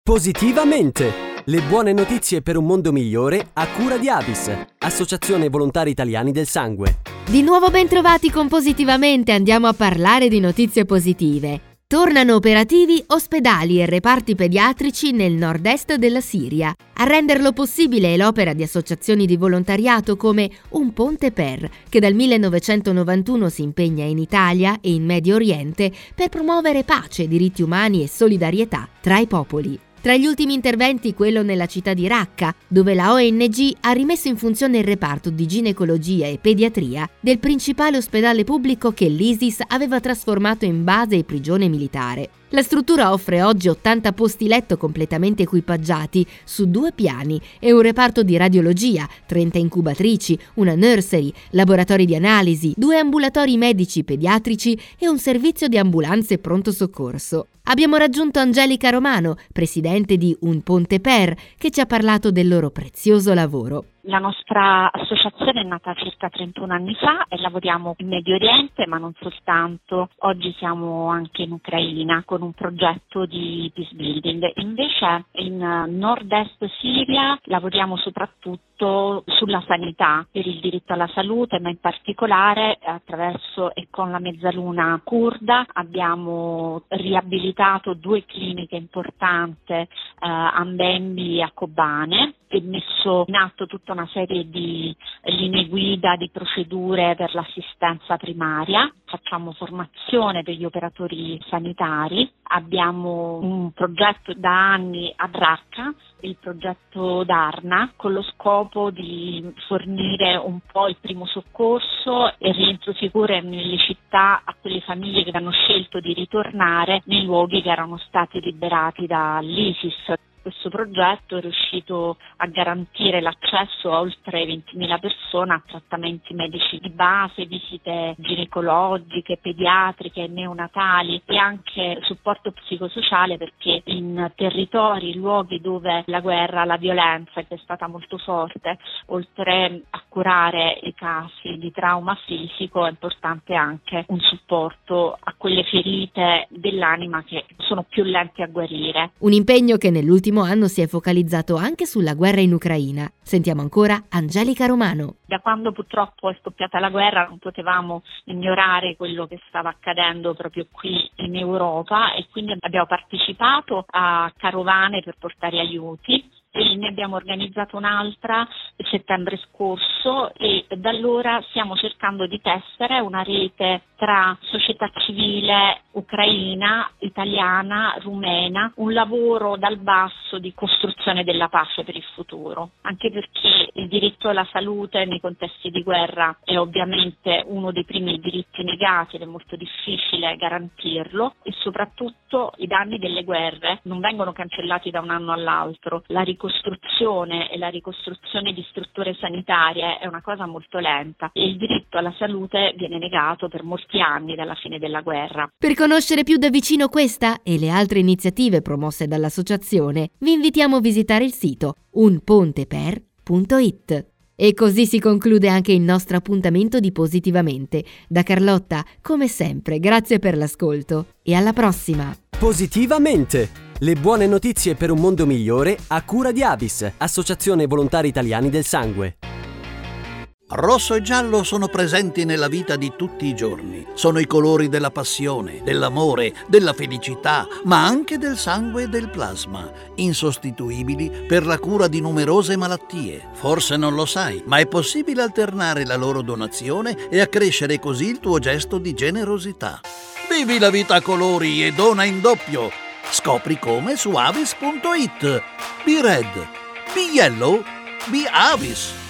Positivamente! Le buone notizie per un mondo migliore a cura di Avis, Associazione Volontari Italiani del Sangue. Di nuovo ben trovati con Positivamente, andiamo a parlare di notizie positive. Tornano operativi ospedali e reparti pediatrici nel nord-est della Siria. A renderlo possibile è l'opera di associazioni di volontariato come Un Ponte Per, che dal 1991 si impegna in Italia e in Medio Oriente per promuovere pace, diritti umani e solidarietà tra i popoli. Tra gli ultimi interventi quello nella città di Raqqa, dove la ONG ha rimesso in funzione il reparto di ginecologia e pediatria del principale ospedale pubblico che l'ISIS aveva trasformato in base e prigione militare. La struttura offre oggi 80 posti letto completamente equipaggiati su 2 piani e un reparto di radiologia, 30 incubatrici, una nursery, laboratori di analisi, 2 ambulatori medici pediatrici e un servizio di ambulanze pronto soccorso. Abbiamo raggiunto Angelica Romano, presidente di Un Ponte Per, che ci ha parlato del loro prezioso lavoro. La nostra associazione è nata circa 31 anni fa e lavoriamo in Medio Oriente, ma non soltanto. Oggi siamo anche in Ucraina con un progetto di peace building. Invece in nord-est Siria lavoriamo soprattutto sulla sanità, per il diritto alla salute, ma in particolare attraverso e con la Mezzaluna curda abbiamo riabilitato 2 cliniche importanti a Mbembi e a Kobane e messo in atto tutta una serie di linee guida, di procedure per l'assistenza primaria. Facciamo formazione degli operatori sanitari. Abbiamo un progetto da anni a Raqqa, il progetto Darna, con lo scopo di fornire un po' il primo soccorso e rientro sicuro nelle città a quelle famiglie che hanno scelto di ritornare nei luoghi che erano stati liberati dall'ISIS. Questo progetto è riuscito a garantire l'accesso a oltre 20.000 persone a trattamenti medici di base, visite ginecologiche, pediatriche, neonatali e anche supporto psicosociale, perché in territori, luoghi dove la guerra, la violenza che è stata molto forte, oltre a curare i casi di trauma fisico, è importante anche un supporto a quelle ferite dell'anima che sono più lente a guarire. Un impegno che nell'ultimo anno si è focalizzato anche sulla guerra in Ucraina. Sentiamo ancora Angelica Romano. Da quando purtroppo è scoppiata la guerra non potevamo ignorare quello che stava accadendo proprio qui in Europa e quindi abbiamo partecipato a carovane per portare aiuti. E ne abbiamo organizzato un'altra a settembre scorso e da allora stiamo cercando di tessere una rete tra società civile ucraina, italiana, rumena, un lavoro dal basso di costruzione della pace per il futuro, anche perché il diritto alla salute nei contesti di guerra è ovviamente uno dei primi diritti negati ed è molto difficile garantirlo e soprattutto i danni delle guerre non vengono cancellati da un anno all'altro. La ricostruzione e la ricostruzione di strutture sanitarie è una cosa molto lenta e il diritto alla salute viene negato per molti anni dalla fine della guerra. Per conoscere più da vicino questa e le altre iniziative promosse dall'associazione, vi invitiamo a visitare il sito unponteper.it. E così si conclude anche il nostro appuntamento di Positivamente. Da Carlotta, come sempre, grazie per l'ascolto e alla prossima! Positivamente! Le buone notizie per un mondo migliore a cura di Avis, Associazione Volontari Italiani del Sangue. Rosso e giallo sono presenti nella vita di tutti i giorni. Sono i colori della passione, dell'amore, della felicità, ma anche del sangue e del plasma, insostituibili per la cura di numerose malattie. Forse non lo sai, ma è possibile alternare la loro donazione e accrescere così il tuo gesto di generosità. Vivi la vita a colori e dona in doppio. Scopri come su avis.it. Be red, be yellow, be Avis.